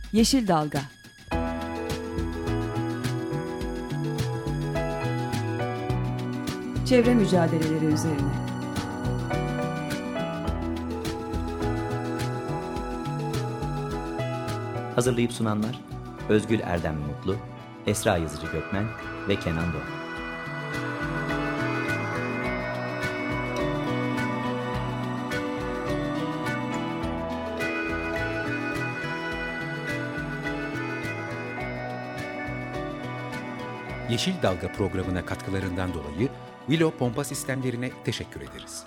Yeşil Dalga. Çevre mücadeleleri üzerine. Hazırlayıp sunanlar Özgül Erdem Mutlu, Esra Yazıcı Gökmen ve Kenan Doğan. Yeşil Dalga programına katkılarından dolayı Willow Pompa Sistemlerine teşekkür ederiz.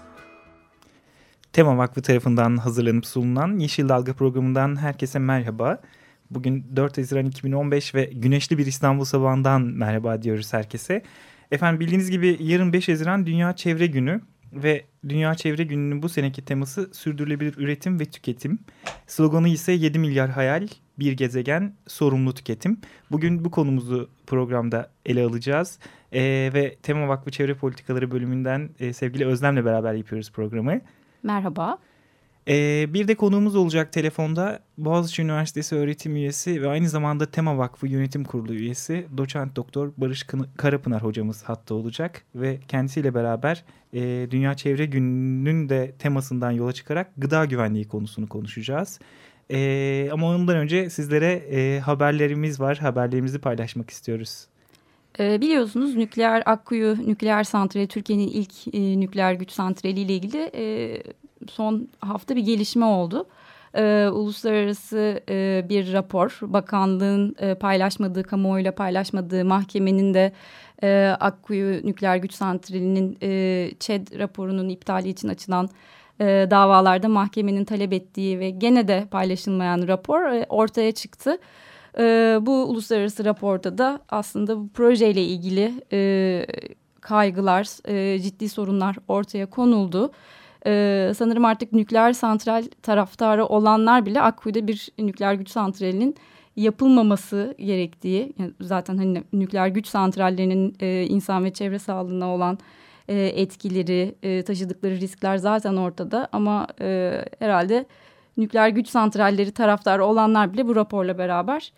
Tema Vakfı tarafından hazırlanıp sunulan Yeşil Dalga programından herkese merhaba. Bugün 4 Haziran 2015 ve güneşli bir İstanbul sabahından merhaba diyoruz herkese. Efendim bildiğiniz gibi yarın 5 Haziran Dünya Çevre Günü ve Dünya Çevre Günü'nün bu seneki teması sürdürülebilir üretim ve tüketim. Sloganı ise 7 milyar hayal, bir gezegen, sorumlu tüketim. Bugün bu konumuzu programda ele alacağız. Ve Tema Vakfı Çevre Politikaları bölümünden sevgili Özlem'le beraber yapıyoruz programı. Merhaba. Bir de konuğumuz olacak telefonda Boğaziçi Üniversitesi öğretim üyesi ve aynı zamanda Tema Vakfı Yönetim Kurulu üyesi Doçent Doktor Barış Karapınar hocamız hatta olacak ve kendisiyle beraber Dünya Çevre Günü'nün de temasından yola çıkarak gıda güvenliği konusunu konuşacağız. Ama ondan önce sizlere haberlerimiz var. Haberlerimizi paylaşmak istiyoruz. Biliyorsunuz Akkuyu Nükleer Santrali Türkiye'nin ilk nükleer güç santrali ile ilgili son hafta bir gelişme oldu. Uluslararası bir rapor, bakanlığın paylaşmadığı, kamuoyuyla paylaşmadığı, mahkemenin de Akkuyu Nükleer Güç Santrali'nin ÇED raporunun iptali için açılan davalarda mahkemenin talep ettiği ve gene de paylaşılmayan rapor ortaya çıktı. Bu uluslararası raporda da aslında bu projeyle ilgili kaygılar, ciddi sorunlar ortaya konuldu. Sanırım artık nükleer santral taraftarı olanlar bile Akkuyu'da bir nükleer güç santralinin yapılmaması gerektiği, yani zaten hani nükleer güç santrallerinin insan ve çevre sağlığına olan etkileri, taşıdıkları riskler zaten ortada ama herhalde nükleer güç santralleri taraftarı olanlar bile bu raporla beraber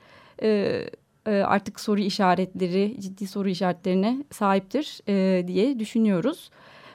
artık ciddi soru işaretlerine sahiptir diye düşünüyoruz.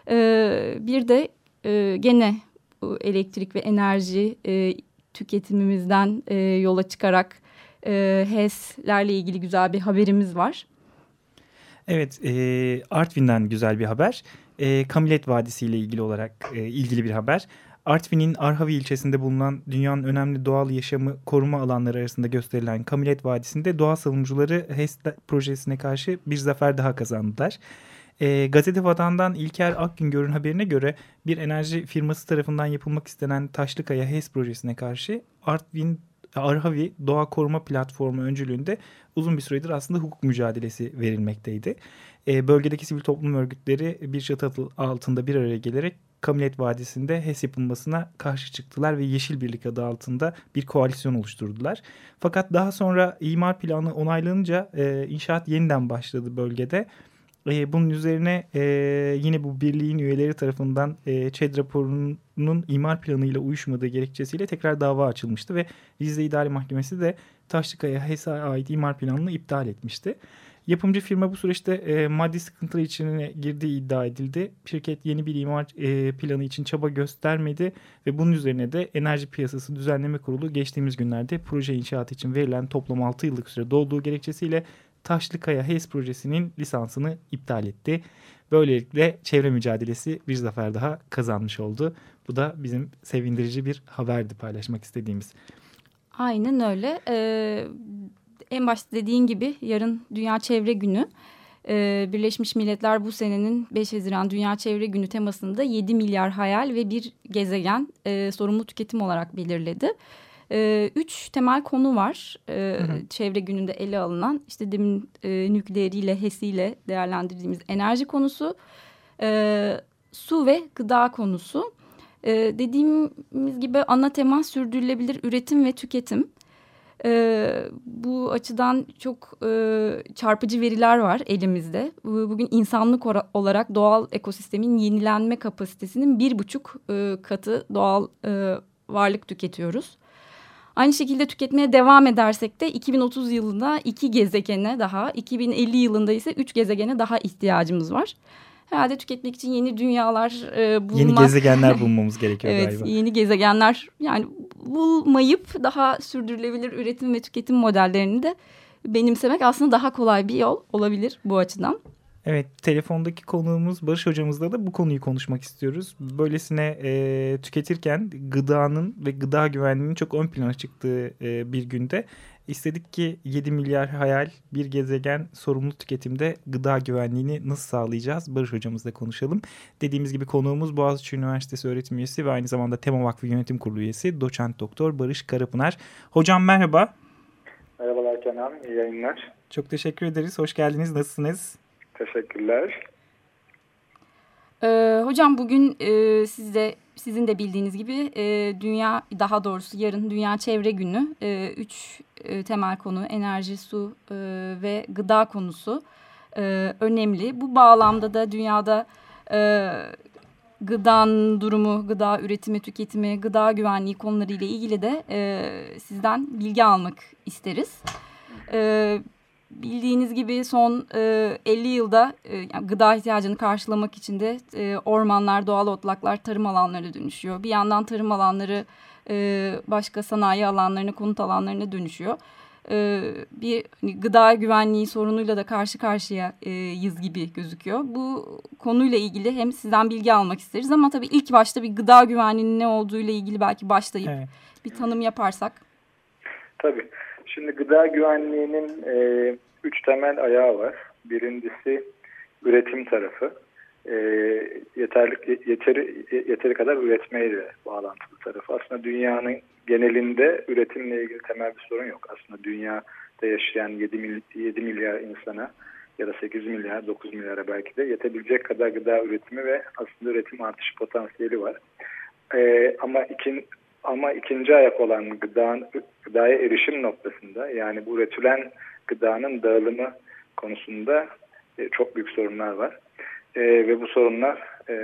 Bir de gene elektrik ve enerji tüketimimizden yola çıkarak HES'lerle ilgili güzel bir haberimiz var. Evet, Artvin'den güzel bir haber. Kamilet Vadisi ile ilgili bir haber. Artvin'in Arhavi ilçesinde bulunan dünyanın önemli doğal yaşamı koruma alanları arasında gösterilen Kamilet Vadisi'nde doğa savunucuları HES projesine karşı bir zafer daha kazandılar. Gazete Vatan'dan İlker Akgüngör'ün haberine göre bir enerji firması tarafından yapılmak istenen Taşlıkaya HES projesine karşı Arhavi Doğa Koruma Platformu öncülüğünde uzun bir süredir aslında hukuk mücadelesi verilmekteydi. Bölgedeki sivil toplum örgütleri bir çatı altında bir araya gelerek Kamilet Vadisi'nde HES yapılmasına karşı çıktılar ve Yeşil Birlik adı altında bir koalisyon oluşturdular. Fakat daha sonra imar planı onaylanınca inşaat yeniden başladı bölgede. Bunun üzerine yine bu birliğin üyeleri tarafından ÇED raporunun imar planıyla uyuşmadığı gerekçesiyle tekrar dava açılmıştı ve Rize İdare Mahkemesi de Taşlıkaya HES'e ait imar planını iptal etmişti. Yapımcı firma bu süreçte maddi sıkıntılar içine girdiği iddia edildi. Şirket yeni bir imar planı için çaba göstermedi ve bunun üzerine de Enerji Piyasası Düzenleme Kurulu geçtiğimiz günlerde proje inşaatı için verilen toplam 6 yıllık süre dolduğu gerekçesiyle Taşlıkaya HES projesinin lisansını iptal etti. Böylelikle çevre mücadelesi bir zafer daha kazanmış oldu. Bu da bizim sevindirici bir haberdi paylaşmak istediğimiz. Aynen öyle. En başta dediğin gibi yarın Dünya Çevre Günü. Birleşmiş Milletler bu senenin 5 Haziran Dünya Çevre Günü temasında 7 milyar hayal ve bir gezegen sorumlu tüketim olarak belirledi. 3 temel konu var çevre gününde ele alınan. İşte demin nükleeriyle, HES'iyle değerlendirdiğimiz enerji konusu, su ve gıda konusu. Dediğimiz gibi ana tema sürdürülebilir üretim ve tüketim. Bu açıdan çok çarpıcı veriler var elimizde. Bugün insanlık olarak doğal ekosistemin yenilenme kapasitesinin 1,5 katı doğal varlık tüketiyoruz. Aynı şekilde tüketmeye devam edersek de 2030 yılında 2 gezegene daha, 2050 yılında ise 3 gezegene daha ihtiyacımız var. Herhalde tüketmek için yeni dünyalar bulmak. Yeni gezegenler bulmamız gerekiyor evet, galiba. Yeni gezegenler yani bulmayıp daha sürdürülebilir üretim ve tüketim modellerini de benimsemek aslında daha kolay bir yol olabilir bu açıdan. Evet, telefondaki konuğumuz Barış hocamızla da bu konuyu konuşmak istiyoruz. Böylesine tüketirken gıdanın ve gıda güvenliğinin çok ön plana çıktığı bir günde istedik ki 7 milyar hayal bir gezegen sorumlu tüketimde gıda güvenliğini nasıl sağlayacağız? Barış hocamızla konuşalım. Dediğimiz gibi konuğumuz Boğaziçi Üniversitesi öğretim üyesi ve aynı zamanda Tema Vakfı Yönetim Kurulu üyesi Doçent Doktor Barış Karapınar. Hocam merhaba. Merhabalar Kenan, iyi yayınlar. Çok teşekkür ederiz. Hoş geldiniz. Nasılsınız? Teşekkürler. Hocam bugün sizin de bildiğiniz gibi dünya, daha doğrusu yarın Dünya Çevre Günü. 3 temel konu, enerji, su ve gıda konusu önemli. Bu bağlamda da dünyada gıdanın durumu, gıda üretimi, tüketimi, gıda güvenliği konularıyla ilgili de sizden bilgi almak isteriz. Bildiğiniz gibi son 50 yılda gıda ihtiyacını karşılamak için de ormanlar, doğal otlaklar tarım alanlarına dönüşüyor. Bir yandan tarım alanları başka sanayi alanlarına, konut alanlarına dönüşüyor. Bir gıda güvenliği sorunuyla da karşı karşıyayız gibi gözüküyor. Bu konuyla ilgili hem sizden bilgi almak isteriz ama tabii ilk başta bir gıda güvenliğinin ne olduğuyla ilgili belki başlayıp bir tanım yaparsak. Tabii. Şimdi gıda güvenliğinin 3 temel ayağı var. Birincisi üretim tarafı. Yeteri kadar üretmeyle bağlantılı tarafı. Aslında dünyanın genelinde üretimle ilgili temel bir sorun yok. Aslında dünyada yaşayan 7 milyar insana ya da 8 milyar, 9 milyara belki de yetebilecek kadar gıda üretimi ve aslında üretim artış potansiyeli var. Ama ikinci ayak olan gıdaya erişim noktasında, yani bu üretilen gıdanın dağılımı konusunda çok büyük sorunlar var. Ve bu sorunlar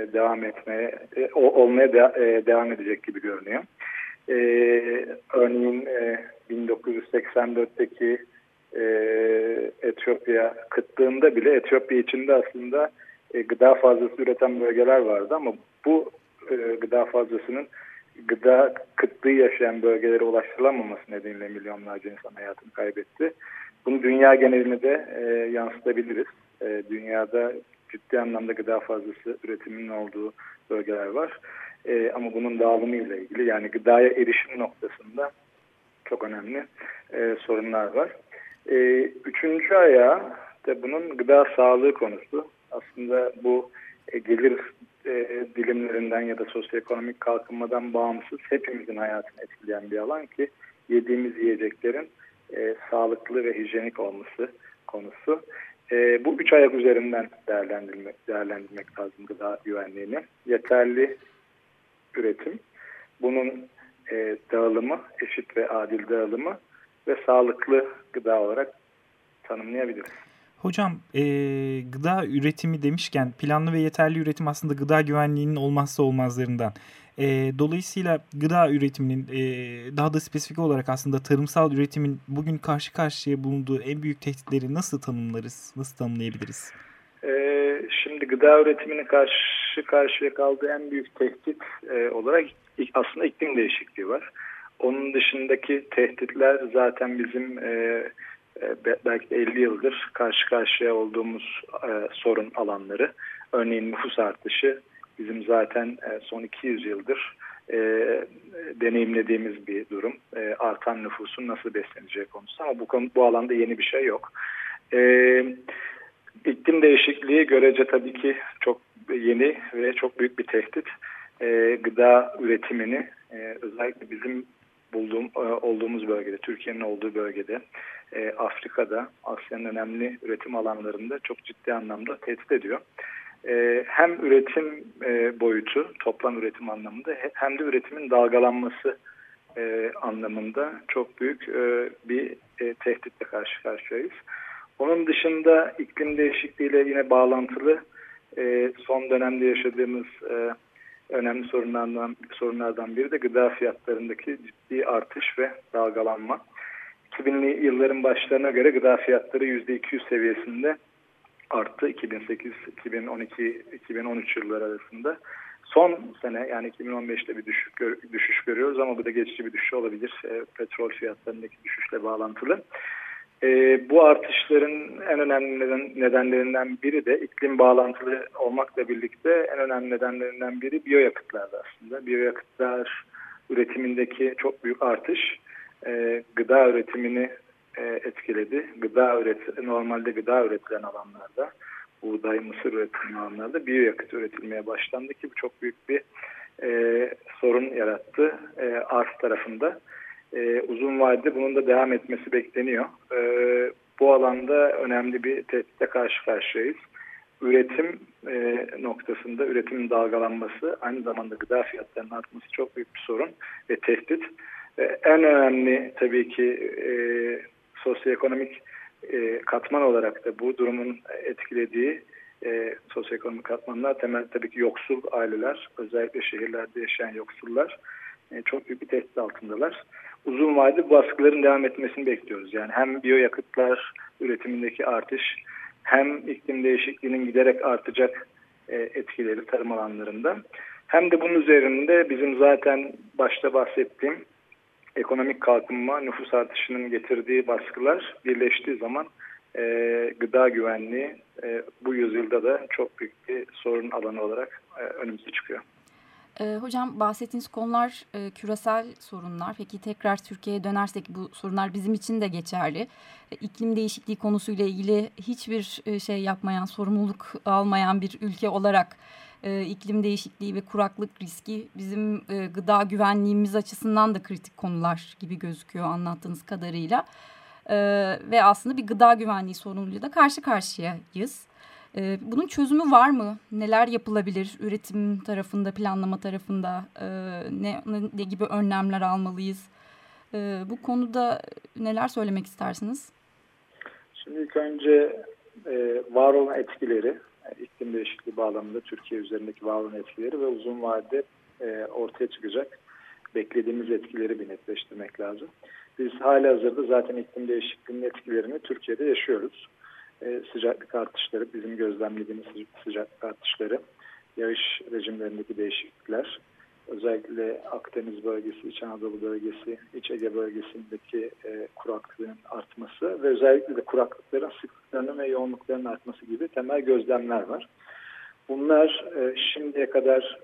olmaya devam edecek gibi görünüyor. Örneğin 1984'teki Etiyopya kıtlığında bile Etiyopya içinde aslında gıda fazlası üreten bölgeler vardı ama bu gıda fazlasının gıda kıtlığı yaşayan bölgelere ulaştırılamaması nedeniyle milyonlarca insan hayatını kaybetti. Bunu dünya geneline de yansıtabiliriz. Dünyada ciddi anlamda gıda fazlası üretiminin olduğu bölgeler var. Ama bunun dağılımıyla ilgili, yani gıdaya erişim noktasında çok önemli sorunlar var. Üçüncü ayağı da bunun gıda sağlığı konusu. Aslında bu gelir dilimlerinden ya da sosyoekonomik kalkınmadan bağımsız hepimizin hayatını etkileyen bir alan ki yediğimiz yiyeceklerin sağlıklı ve hijyenik olması konusu. Bu 3 ayak üzerinden değerlendirmek lazım gıda güvenliğini. Yeterli üretim, bunun dağılımı, eşit ve adil dağılımı ve sağlıklı gıda olarak tanımlayabiliriz. Hocam gıda üretimi demişken planlı ve yeterli üretim aslında gıda güvenliğinin olmazsa olmazlarından. Dolayısıyla gıda üretiminin daha da spesifik olarak aslında tarımsal üretimin bugün karşı karşıya bulunduğu en büyük tehditleri nasıl tanımlarız, nasıl tanımlayabiliriz? Şimdi gıda üretiminin karşı karşıya kaldığı en büyük tehdit olarak aslında iklim değişikliği var. Onun dışındaki tehditler zaten bizim belki de 50 yıldır karşı karşıya olduğumuz sorun alanları. Örneğin nüfus artışı bizim zaten son 200 yıldır deneyimlediğimiz bir durum. Artan nüfusun nasıl besleneceği konusu ama bu alanda yeni bir şey yok. İklim değişikliği görece tabii ki çok yeni ve çok büyük bir tehdit. Gıda üretimini özellikle bizim olduğumuz bölgede, Türkiye'nin olduğu bölgede, Afrika'da, Asya'nın önemli üretim alanlarında çok ciddi anlamda tehdit ediyor. Hem üretim boyutu, toplam üretim anlamında hem de üretimin dalgalanması anlamında çok büyük bir tehditle karşı karşıyayız. Onun dışında iklim değişikliğiyle yine bağlantılı son dönemde yaşadığımız önemli sorunlardan biri de gıda fiyatlarındaki ciddi artış ve dalgalanma. 2000'li yılların başlarına göre gıda fiyatları %200 seviyesinde arttı 2008, 2012, 2013 yılları arasında. Son sene yani 2015'te bir düşüş görüyoruz ama bu da geçici bir düşüş olabilir. Petrol fiyatlarındaki düşüşle bağlantılı. Bu artışların en önemli nedenlerinden biri de iklim bağlantılı olmakla birlikte en önemli nedenlerinden biri biyoyakıtlardı aslında. Biyoyakıtlar üretimindeki çok büyük artış gıda üretimini etkiledi. Normalde gıda üretilen alanlarda, buğday, mısır üretilen alanlarda biyoyakıt üretilmeye başlandı ki bu çok büyük bir sorun yarattı arz tarafında. Uzun vadede bunun da devam etmesi bekleniyor. Bu alanda önemli bir tehditle karşı karşıyayız. Üretim noktasında üretimin dalgalanması, aynı zamanda gıda fiyatlarının artması çok büyük bir sorun ve tehdit. En önemli tabii ki sosyoekonomik katman olarak da bu durumun etkilediği sosyoekonomik katmanlar temel tabii ki yoksul aileler, özellikle şehirlerde yaşayan yoksullar çok büyük bir tehdit altındalar. Uzun vadede bu baskıların devam etmesini bekliyoruz. Yani hem biyoyakıtlar üretimindeki artış hem iklim değişikliğinin giderek artacak etkileri tarım alanlarında hem de bunun üzerinde bizim zaten başta bahsettiğim ekonomik kalkınma, nüfus artışının getirdiği baskılar birleştiği zaman gıda güvenliği bu yüzyılda da çok büyük bir sorun alanı olarak önümüze çıkıyor. Hocam bahsettiğiniz konular küresel sorunlar. Peki tekrar Türkiye'ye dönersek bu sorunlar bizim için de geçerli. İklim değişikliği konusuyla ilgili hiçbir şey yapmayan, sorumluluk almayan bir ülke olarak iklim değişikliği ve kuraklık riski bizim gıda güvenliğimiz açısından da kritik konular gibi gözüküyor anlattığınız kadarıyla. Ve aslında bir gıda güvenliği sorunuyla da karşı karşıyayız. Bunun çözümü var mı? Neler yapılabilir? Üretim tarafında, planlama tarafında ne gibi önlemler almalıyız? Bu konuda neler söylemek istersiniz? Şimdi ilk önce var olan etkileri, iklim değişikliği bağlamında Türkiye üzerindeki var olan etkileri ve uzun vadede ortaya çıkacak beklediğimiz etkileri bir netleştirmek lazım. Biz halihazırda zaten iklim değişikliğinin etkilerini Türkiye'de yaşıyoruz. Sıcaklık artışları, bizim gözlemlediğimiz sıcaklık artışları, yağış rejimlerindeki değişiklikler, özellikle Akdeniz bölgesi, İç Anadolu bölgesi, İç Ege bölgesindeki kuraklığın artması ve özellikle de kuraklıkların sıklıklarının ve yoğunluklarının artması gibi temel gözlemler var. Bunlar şimdiye kadar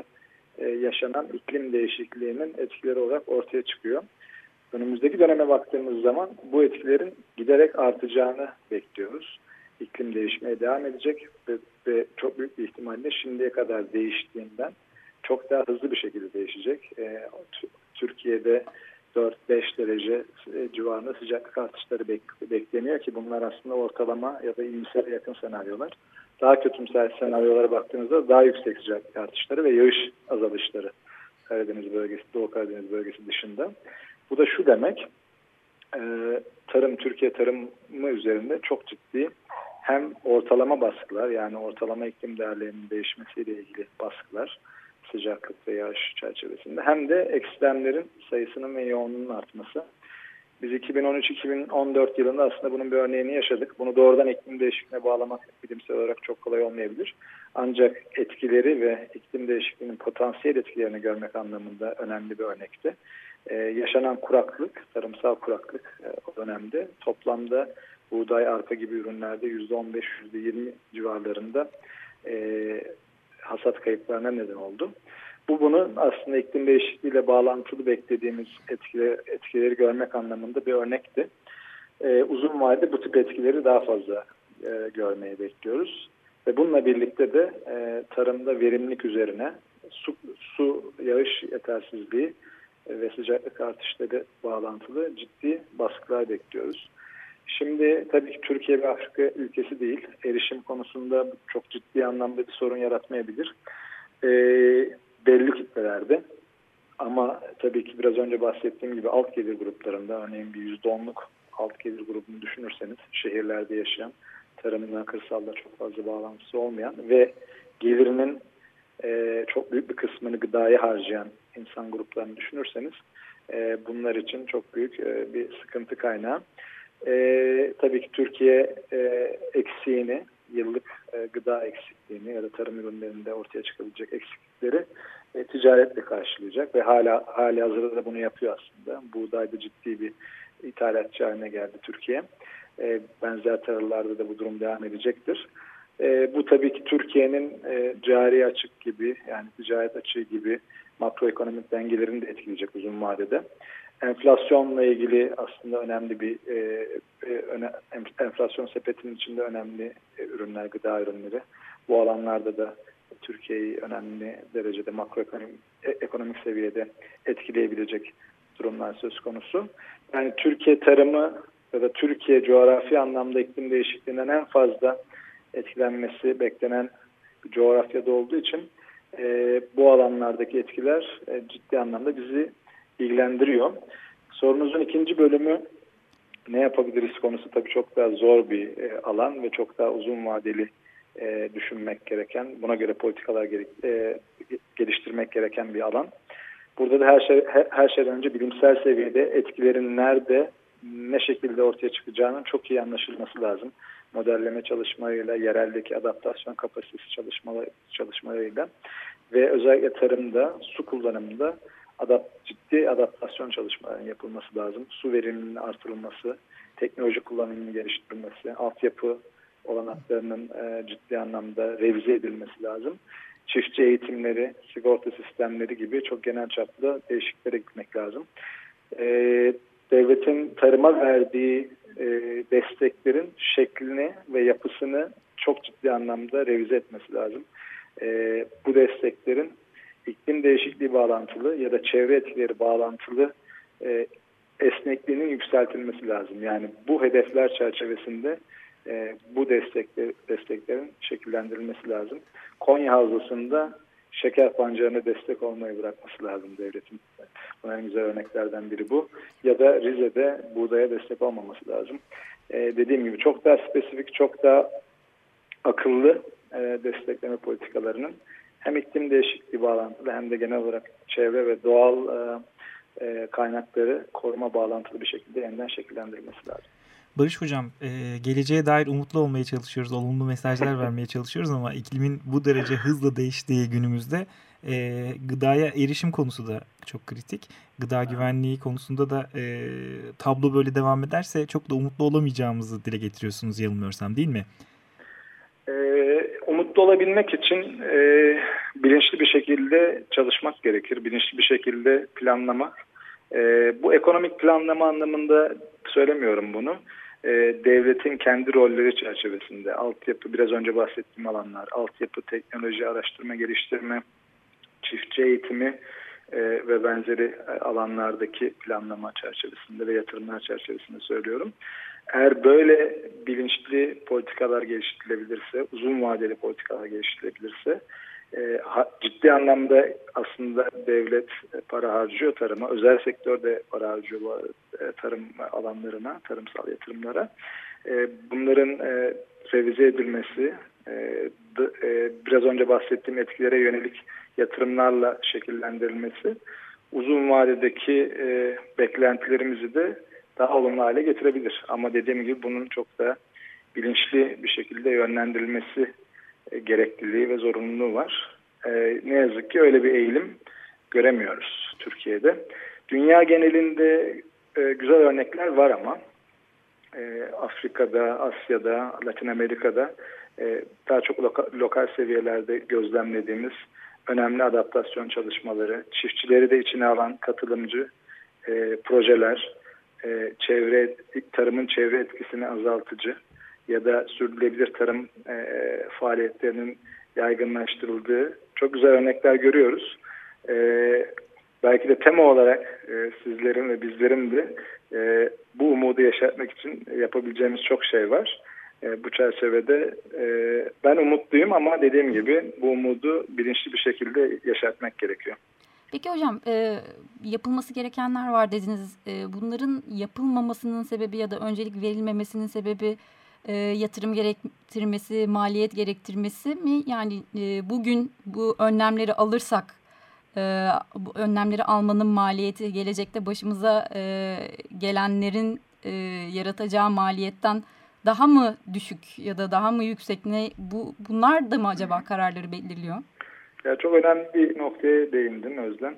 yaşanan iklim değişikliğinin etkileri olarak ortaya çıkıyor. Önümüzdeki döneme baktığımız zaman bu etkilerin giderek artacağını bekliyoruz. İklim değişmeye devam edecek ve çok büyük bir ihtimalle şimdiye kadar değiştiğinden çok daha hızlı bir şekilde değişecek. Türkiye'de 4-5 derece civarında sıcaklık artışları bekleniyor ki bunlar aslında ortalama ya da iyimsere yakın senaryolar. Daha kötümser senaryolara baktığınızda daha yüksek sıcaklık artışları ve yağış azalışları Karadeniz bölgesi, Doğu Karadeniz bölgesi dışında. Bu da şu demek, Türkiye tarımı üzerinde çok ciddi hem ortalama baskılar, yani ortalama iklim değerlerinin değişmesiyle ilgili baskılar, sıcaklık ve yağış çerçevesinde, hem de ekstremlerin sayısının ve yoğunluğunun artması. Biz 2013-2014 yılında aslında bunun bir örneğini yaşadık. Bunu doğrudan iklim değişikliğine bağlamak bilimsel olarak çok kolay olmayabilir. Ancak etkileri ve iklim değişikliğinin potansiyel etkilerini görmek anlamında önemli bir örnekti. Yaşanan kuraklık, tarımsal kuraklık o dönemde toplamda buğday, arpa gibi ürünlerde %15-%20 civarlarında hasat kayıplarına neden oldu. Bunun aslında iklim değişikliğiyle bağlantılı beklediğimiz etkileri görmek anlamında bir örnekti. Uzun vadede bu tip etkileri daha fazla görmeyi bekliyoruz. Ve bununla birlikte de tarımda verimlilik üzerine su yağış yetersizliği ve sıcaklık artışları bağlantılı ciddi baskılar bekliyoruz. Şimdi tabii ki Türkiye bir Afrika ülkesi değil. Erişim konusunda çok ciddi anlamda bir sorun yaratmayabilir. Belli kitlelerde. Ama tabii ki biraz önce bahsettiğim gibi alt gelir gruplarında, örneğin bir %10'luk alt gelir grubunu düşünürseniz, şehirlerde yaşayan, tarımla, kırsalla çok fazla bağlantısı olmayan ve gelirinin çok büyük bir kısmını gıdaya harcayan insan gruplarını düşünürseniz bunlar için çok büyük bir sıkıntı kaynağı. Tabii ki Türkiye eksiğini, yıllık gıda eksikliğini ya da tarım ürünlerinde ortaya çıkabilecek eksiklikleri ticaretle karşılayacak ve hali hazırda da bunu yapıyor aslında. Buğdayda ciddi bir ithalatçı haline geldi Türkiye. Benzer tarımlarda da bu durum devam edecektir. Bu tabii ki Türkiye'nin cari açık gibi, yani ticaret açığı gibi makroekonomik dengelerini de etkileyecek uzun vadede. Enflasyonla ilgili aslında önemli bir enflasyon sepetinin içinde önemli ürünler, gıda ürünleri. Bu alanlarda da Türkiye'yi önemli derecede makroekonomik seviyede etkileyebilecek durumlar söz konusu. Yani Türkiye tarımı ya da Türkiye coğrafi anlamda iklim değişikliğinden en fazla etkilenmesi beklenen bir coğrafyada olduğu için bu alanlardaki etkiler ciddi anlamda bizi ilgilendiriyor. Sorunuzun ikinci bölümü ne yapabiliriz konusu tabii çok daha zor bir alan ve çok daha uzun vadeli düşünmek gereken, buna göre politikalar geliştirmek gereken bir alan. Burada da her şeyden önce bilimsel seviyede etkilerin nerede, ne şekilde ortaya çıkacağının çok iyi anlaşılması lazım. Modelleme çalışmalarıyla, yereldeki adaptasyon kapasitesi çalışmalarıyla ve özellikle tarımda, su kullanımında ciddi adaptasyon çalışmalarının yapılması lazım. Su verimliliğinin artırılması, teknoloji kullanımının geliştirilmesi, altyapı olanaklarının ciddi anlamda revize edilmesi lazım. Çiftçi eğitimleri, sigorta sistemleri gibi çok genel çapta değişikliklere gitmek lazım. Devletin tarıma verdiği desteklerin şeklini ve yapısını çok ciddi anlamda revize etmesi lazım. Bu desteklerin iklim değişikliği bağlantılı ya da çevre etkileri bağlantılı esnekliğinin yükseltilmesi lazım. Yani bu hedefler çerçevesinde bu desteklerin şekillendirilmesi lazım. Konya Havzası'nda şeker pancarına destek olmayı bırakması lazım devletin. Bunun en güzel örneklerden biri bu. Ya da Rize'de buğdaya destek olmaması lazım. Dediğim gibi çok daha spesifik, çok daha akıllı destekleme politikalarının hem iklim değişikliği bağlantılı hem de genel olarak çevre ve doğal kaynakları koruma bağlantılı bir şekilde yeniden şekillendirilmesi lazım. Barış Hocam, geleceğe dair umutlu olmaya çalışıyoruz, olumlu mesajlar vermeye çalışıyoruz ama iklimin bu derece hızla değiştiği günümüzde gıdaya erişim konusu da çok kritik. Gıda güvenliği konusunda da tablo böyle devam ederse çok da umutlu olamayacağımızı dile getiriyorsunuz yanılmıyorsam, değil mi? Umutlu olabilmek için bilinçli bir şekilde çalışmak gerekir. Bilinçli bir şekilde planlamak. Bu ekonomik planlama anlamında söylemiyorum bunu. Devletin kendi rolleri çerçevesinde altyapı, biraz önce bahsettiğim alanlar, altyapı, teknoloji, araştırma, geliştirme, çiftçi eğitimi ve benzeri alanlardaki planlama çerçevesinde ve yatırımlar çerçevesinde söylüyorum. Eğer böyle bilinçli politikalar geliştirilebilirse, uzun vadeli politikalar geliştirilebilirse, ciddi anlamda aslında devlet para harcıyor tarıma, özel sektör de para harcıyor bu tarım alanlarına, tarımsal yatırımlara. Bunların revize edilmesi, biraz önce bahsettiğim etkilere yönelik yatırımlarla şekillendirilmesi, uzun vadedeki beklentilerimizi de daha olumlu hale getirebilir. Ama dediğim gibi bunun çok da bilinçli bir şekilde yönlendirilmesi gerekliliği ve zorunluluğu var. Ne yazık ki öyle bir eğilim göremiyoruz Türkiye'de. Dünya genelinde güzel örnekler var ama Afrika'da, Asya'da, Latin Amerika'da daha çok lokal seviyelerde gözlemlediğimiz önemli adaptasyon çalışmaları, çiftçileri de içine alan katılımcı projeler, tarımın çevre etkisini azaltıcı ya da sürdürülebilir tarım faaliyetlerinin yaygınlaştırıldığı çok güzel örnekler görüyoruz. Belki de tema olarak sizlerin ve bizlerin de bu umudu yaşatmak için yapabileceğimiz çok şey var. Bu çerçevede ben umutluyum ama dediğim gibi bu umudu bilinçli bir şekilde yaşatmak gerekiyor. Peki hocam, yapılması gerekenler var dediniz. Bunların yapılmamasının sebebi ya da öncelik verilmemesinin sebebi yatırım gerektirmesi, maliyet gerektirmesi mi? Yani bugün bu önlemleri alırsak bu önlemleri almanın maliyeti gelecekte başımıza gelenlerin yaratacağı maliyetten daha mı düşük ya da daha mı yüksek? Bunlar da mı acaba kararları belirliyor? Ya çok önemli bir noktaya değindin Özlem.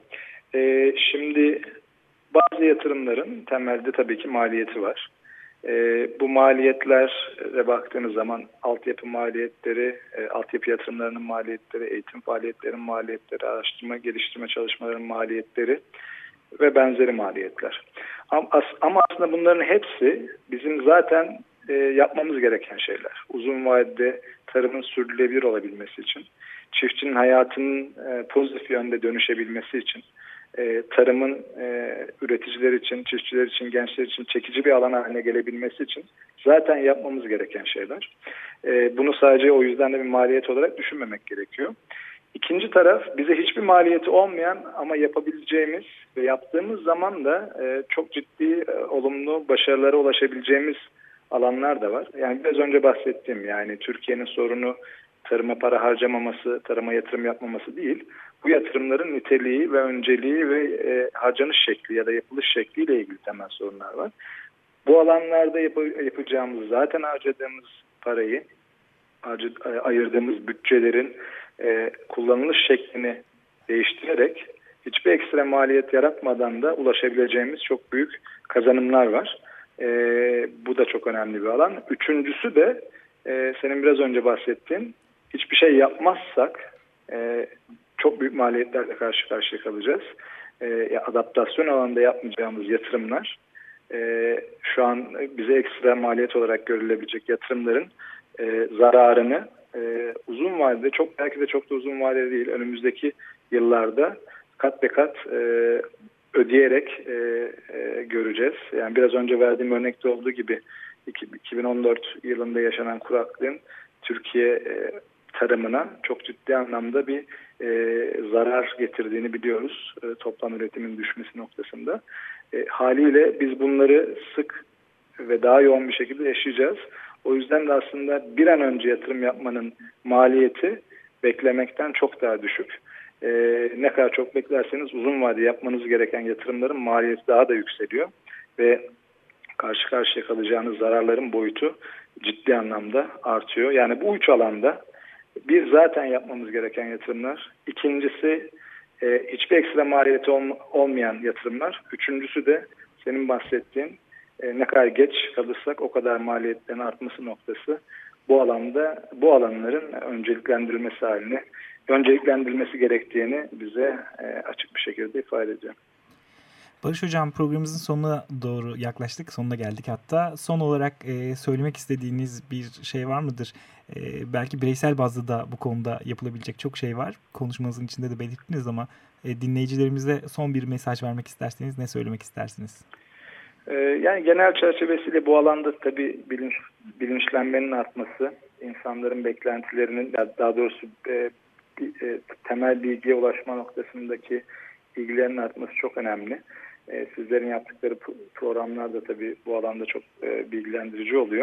Şimdi bazı yatırımların temelde tabii ki maliyeti var. Bu maliyetlere baktığınız zaman altyapı maliyetleri, altyapı yatırımlarının maliyetleri, eğitim faaliyetlerinin maliyetleri, araştırma, geliştirme çalışmalarının maliyetleri ve benzeri maliyetler. Ama aslında bunların hepsi bizim zaten yapmamız gereken şeyler. Uzun vadede tarımın sürdürülebilir olabilmesi için, çiftçinin hayatının pozitif yönde dönüşebilmesi için, tarımın üreticiler için, çiftçiler için, gençler için çekici bir alan haline gelebilmesi için zaten yapmamız gereken şeyler. Bunu sadece o yüzden de bir maliyet olarak düşünmemek gerekiyor. İkinci taraf, bize hiçbir maliyeti olmayan ama yapabileceğimiz ve yaptığımız zaman da çok ciddi olumlu başarılara ulaşabileceğimiz alanlar da var. Yani biraz önce bahsettiğim, yani Türkiye'nin sorunu tarıma para harcamaması, tarıma yatırım yapmaması değil. Bu yatırımların niteliği ve önceliği ve harcanış şekli ya da yapılış şekliyle ilgili temel sorunlar var. Bu alanlarda yapacağımız, zaten harcadığımız parayı, ayırdığımız bütçelerin kullanılış şeklini değiştirerek hiçbir ekstra maliyet yaratmadan da ulaşabileceğimiz çok büyük kazanımlar var. Bu da çok önemli bir alan. Üçüncüsü de senin biraz önce bahsettiğin, hiçbir şey yapmazsak çok büyük maliyetlerle karşı karşıya kalacağız. Adaptasyon alanında yapmayacağımız yatırımlar, şu an bize ekstra maliyet olarak görülebilecek yatırımların zararını uzun vadede, belki de çok da uzun vadede değil, önümüzdeki yıllarda kat be kat ödeyerek göreceğiz. Yani biraz önce verdiğim örnekte olduğu gibi 2014 yılında yaşanan kuraklığın Türkiye tarımına çok ciddi anlamda bir zarar getirdiğini biliyoruz. Toplam üretimin düşmesi noktasında. Haliyle biz bunları sık ve daha yoğun bir şekilde yaşayacağız. O yüzden de aslında bir an önce yatırım yapmanın maliyeti beklemekten çok daha düşük. Ne kadar çok beklerseniz uzun vadede yapmanız gereken yatırımların maliyeti daha da yükseliyor. Ve karşı karşıya kalacağınız zararların boyutu ciddi anlamda artıyor. Yani bu üç alanda bir, zaten yapmamız gereken yatırımlar. İkincisi hiçbir ekstra maliyeti olmayan yatırımlar. Üçüncüsü de senin bahsettiğin ne kadar geç kalırsak o kadar maliyetlerin artması noktası. Bu alanların önceliklendirilmesi gerektiğini bize açık bir şekilde ifade ediyor. Barış Hocam, programımızın sonuna doğru yaklaştık. Sonuna geldik hatta. Son olarak söylemek istediğiniz bir şey var mıdır? Belki bireysel bazda da bu konuda yapılabilecek çok şey var. Konuşmanızın içinde de belirttiniz ama dinleyicilerimize son bir mesaj vermek isterseniz ne söylemek istersiniz? Yani genel çerçevesiyle bu alanda tabii bilinçlenmenin artması, insanların beklentilerinin, daha doğrusu temel bilgiye ulaşma noktasındaki ilgilerinin artması çok önemli. Sizlerin yaptıkları programlar da tabii bu alanda çok bilgilendirici oluyor.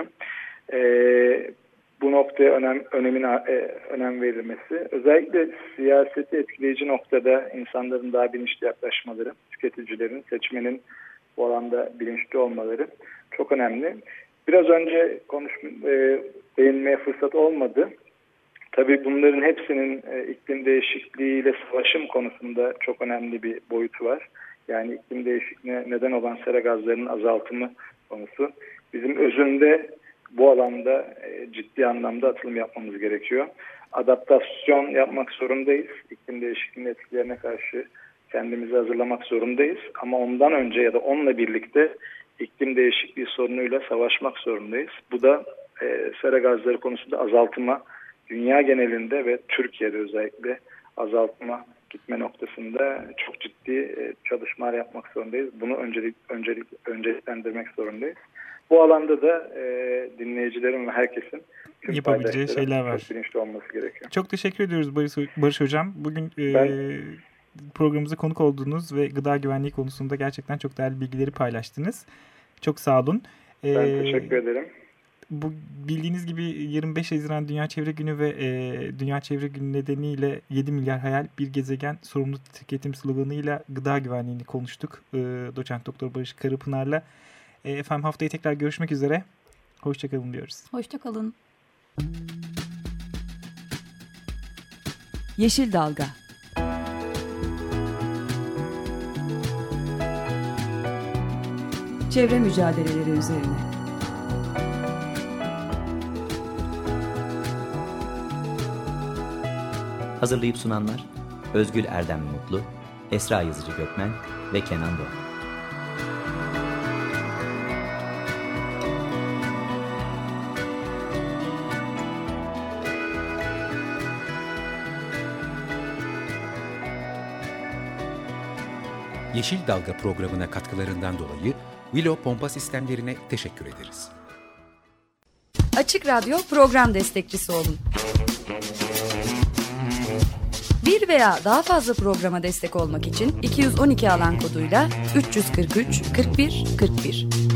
Bu noktaya önem verilmesi, özellikle siyaseti etkileyici noktada insanların daha bilinçli yaklaşmaları, tüketicilerin, seçmenin bu alanda bilinçli olmaları çok önemli. Biraz önce değinmeye fırsat olmadı. Tabii bunların hepsinin iklim değişikliğiyle savaşım konusunda çok önemli bir boyutu var. Yani iklim değişikliğine neden olan sera gazlarının azaltımı konusu. Bizim özünde bu alanda ciddi anlamda atılım yapmamız gerekiyor. Adaptasyon yapmak zorundayız. İklim değişikliğinin etkilerine karşı kendimizi hazırlamak zorundayız. Ama ondan önce ya da onunla birlikte iklim değişikliği sorunuyla savaşmak zorundayız. Bu da sera gazları konusunda azaltıma, dünya genelinde ve Türkiye'de özellikle azaltma gitme noktasında çok ciddi çalışmalar yapmak zorundayız. Bunu önceliklendirmek zorundayız. Bu alanda da dinleyicilerin ve herkesin yapabileceği şeyler var. Çok bilinçli olması gerekiyor. Çok teşekkür ediyoruz Barış Hocam. Bugün programımıza konuk oldunuz ve gıda güvenliği konusunda gerçekten çok değerli bilgileri paylaştınız. Çok sağ olun. Ben teşekkür ederim. Bu bildiğiniz gibi 25 Haziran Dünya Çevre Günü ve Dünya Çevre Günü nedeniyle 7 milyar hayal bir gezegen sorumlu tüketim sloganıyla gıda güvenliğini konuştuk. Doçent Doktor Barış Karapınar'la. Efendim haftaya tekrar görüşmek üzere. Hoşçakalın diyoruz. Hoşçakalın. Yeşil Dalga. Çevre mücadeleleri üzerine. Hazırlayıp sunanlar Özgül Erdem Mutlu, Esra Yazıcı Gökmen ve Kenan Doğan. Yeşil Dalga programına katkılarından dolayı Willow Pompa Sistemlerine teşekkür ederiz. Açık Radyo program destekçisi olun. Bir veya daha fazla programa destek olmak için 212 alan koduyla 343 41 41.